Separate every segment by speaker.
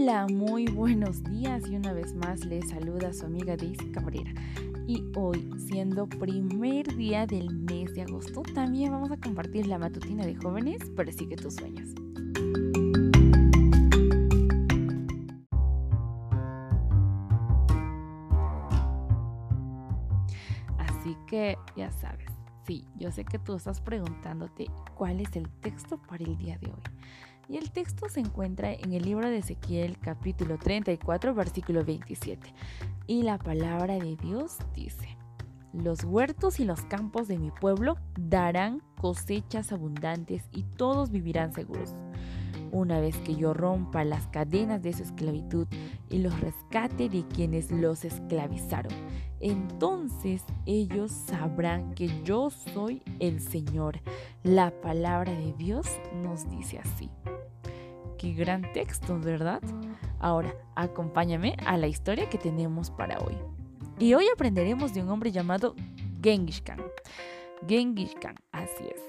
Speaker 1: Hola, muy buenos días y una vez más les saluda su amiga Daisy Cabrera. Y hoy, siendo primer día del mes de agosto, también vamos a compartir la matutina de jóvenes, Persigue tus sueños. Así que ya sabes, sí, yo sé que tú estás preguntándote cuál es el texto para el día de hoy. Y el texto se encuentra en el libro de Ezequiel, capítulo 34, versículo 27. Y la palabra de Dios dice: los huertos y los campos de mi pueblo darán cosechas abundantes y todos vivirán seguros. Una vez que yo rompa las cadenas de su esclavitud y los rescate de quienes los esclavizaron, entonces ellos sabrán que yo soy el Señor. La palabra de Dios nos dice así. Qué gran texto, ¿verdad? Ahora, acompáñame a la historia que tenemos para hoy. Y hoy aprenderemos de un hombre llamado Genghis Khan. Genghis Khan, así es.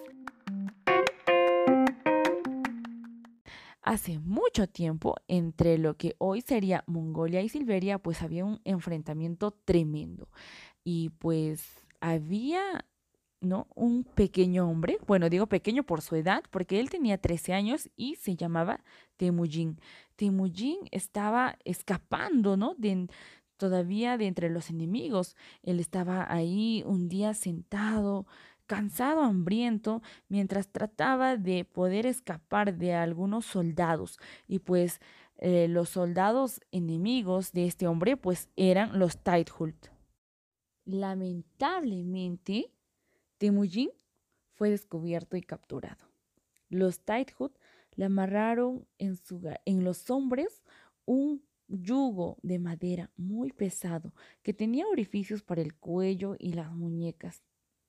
Speaker 1: Hace mucho tiempo, entre lo que hoy sería Mongolia y Siberia, pues había un enfrentamiento tremendo. Y pues había, ¿no?, un pequeño hombre, bueno, digo pequeño por su edad, porque él tenía 13 años y se llamaba Temujin. Temujin estaba escapando, ¿no?, todavía de entre los enemigos. Él estaba ahí un día sentado, cansado, hambriento, mientras trataba de poder escapar de algunos soldados. Y pues los soldados enemigos de este hombre pues eran los Tidehult. Lamentablemente, Temujin fue descubierto y capturado. Los Tidehut le amarraron en los hombros un yugo de madera muy pesado que tenía orificios para el cuello y las muñecas.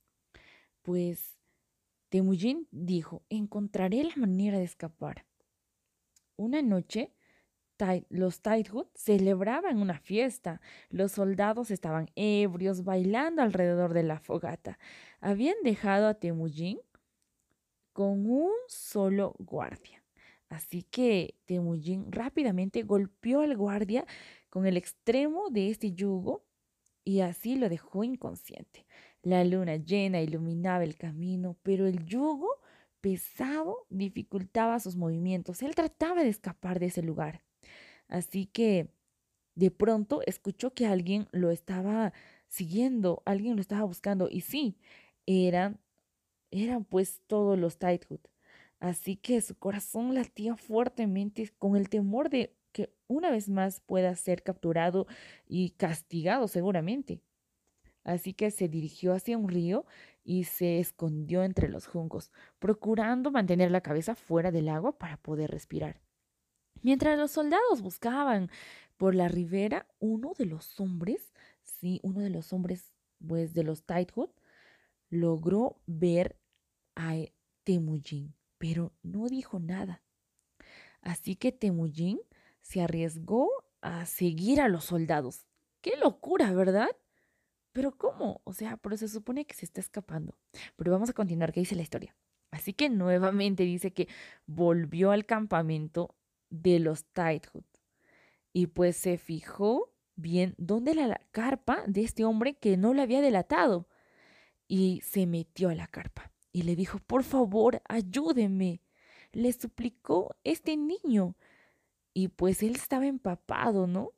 Speaker 1: Pues Temujin dijo: encontraré la manera de escapar. Una noche, los Tidehut celebraban una fiesta. Los soldados estaban ebrios, bailando alrededor de la fogata. Habían dejado a Temujin con un solo guardia. Así que Temujin rápidamente golpeó al guardia con el extremo de este yugo y así lo dejó inconsciente. La luna llena iluminaba el camino, pero el yugo pesado dificultaba sus movimientos. Él trataba de escapar de ese lugar. Así que de pronto escuchó que alguien lo estaba siguiendo, alguien lo estaba buscando. Y sí, eran, eran pues todos los Tidehut. Así que su corazón latía fuertemente con el temor de que una vez más pueda ser capturado y castigado seguramente. Así que se dirigió hacia un río y se escondió entre los juncos, procurando mantener la cabeza fuera del agua para poder respirar. Mientras los soldados buscaban por la ribera, uno de los hombres, sí, uno de los hombres, pues de los Tidehut, logró ver a Temujin, pero no dijo nada. Así que Temujin se arriesgó a seguir a los soldados. ¡Qué locura!, ¿verdad? Pero ¿cómo? O sea, pero se supone que se está escapando. Pero vamos a continuar, ¿qué dice la historia? Así que nuevamente dice que volvió al campamento de los Tidehut y pues se fijó bien dónde era la carpa de este hombre que no le había delatado y se metió a la carpa y le dijo: por favor, ayúdeme. Le suplicó este niño y pues él estaba empapado, ¿no?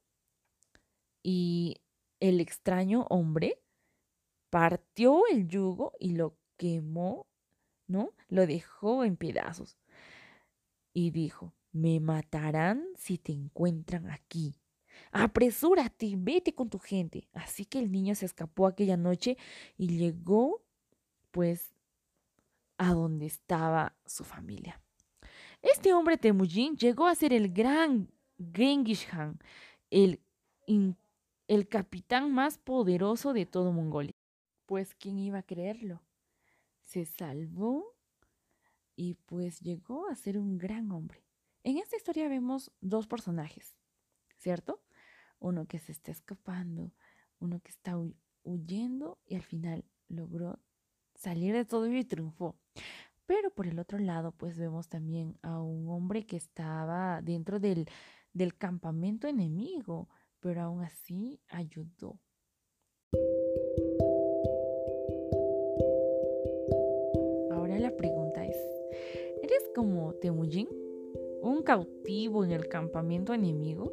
Speaker 1: Y el extraño hombre partió el yugo y lo quemó, ¿no? Lo dejó en pedazos y dijo: me matarán si te encuentran aquí. Apresúrate, vete con tu gente. Así que el niño se escapó aquella noche y llegó, pues, a donde estaba su familia. Este hombre Temujin llegó a ser el gran Genghis Khan, el, in- el capitán más poderoso de todo Mongolia. Pues, ¿quién iba a creerlo? Se salvó y pues llegó a ser un gran hombre. En esta historia vemos dos personajes, ¿cierto? Uno que se está escapando, uno que está huyendo y al final logró salir de todo y triunfó. Pero por el otro lado, pues vemos también a un hombre que estaba dentro del campamento enemigo, pero aún así ayudó. Ahora la pregunta es, ¿eres como Temujin, un cautivo en el campamento enemigo?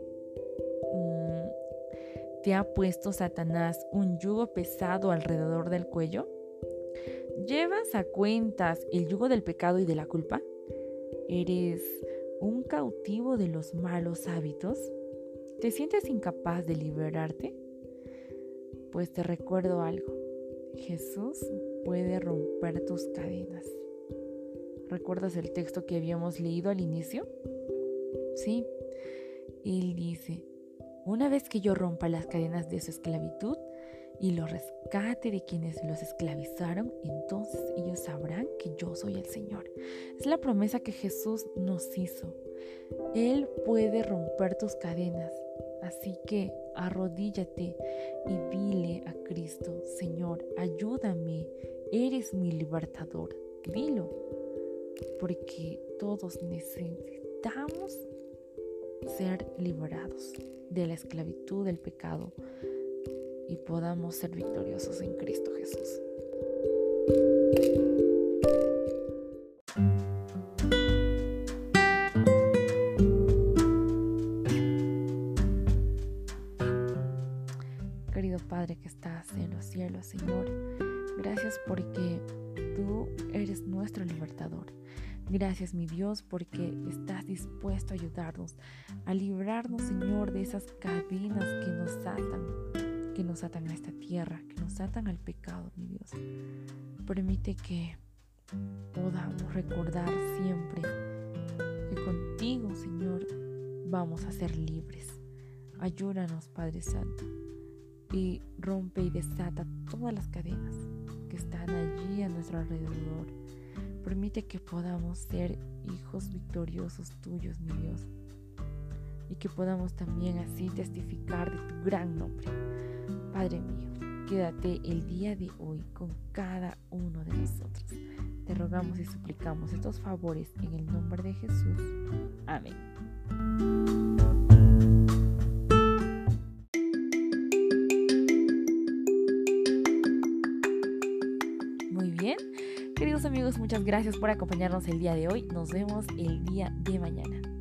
Speaker 1: ¿Te ha puesto Satanás un yugo pesado alrededor del cuello? ¿Llevas a cuentas el yugo del pecado y de la culpa? ¿Eres un cautivo de los malos hábitos? ¿Te sientes incapaz de liberarte? Pues te recuerdo algo. Jesús puede romper tus cadenas. ¿Recuerdas el texto que habíamos leído al inicio? Sí. Él dice, una vez que yo rompa las cadenas de su esclavitud y los rescate de quienes los esclavizaron, entonces ellos sabrán que yo soy el Señor. Es la promesa que Jesús nos hizo. Él puede romper tus cadenas. Así que arrodíllate y dile a Cristo, Señor, ayúdame, eres mi libertador. Dilo, porque todos necesitamos ser liberados de la esclavitud del pecado y podamos ser victoriosos en Cristo Jesús. Querido Padre que estás en los cielos, Señor, gracias porque tú eres nuestro libertador. Gracias, mi Dios, porque estás dispuesto a ayudarnos, a librarnos, Señor, de esas cadenas que nos atan a esta tierra, que nos atan al pecado, mi Dios. Permite que podamos recordar siempre que contigo, Señor, vamos a ser libres. Ayúdanos, Padre Santo, y rompe y desata todas las cadenas que están allí a nuestro alrededor. Permite que podamos ser hijos victoriosos tuyos, mi Dios, y que podamos también así testificar de tu gran nombre. Padre mío, quédate el día de hoy con cada uno de nosotros. Te rogamos y suplicamos estos favores en el nombre de Jesús. Amén. Muy bien. Queridos amigos, muchas gracias por acompañarnos el día de hoy. Nos vemos el día de mañana.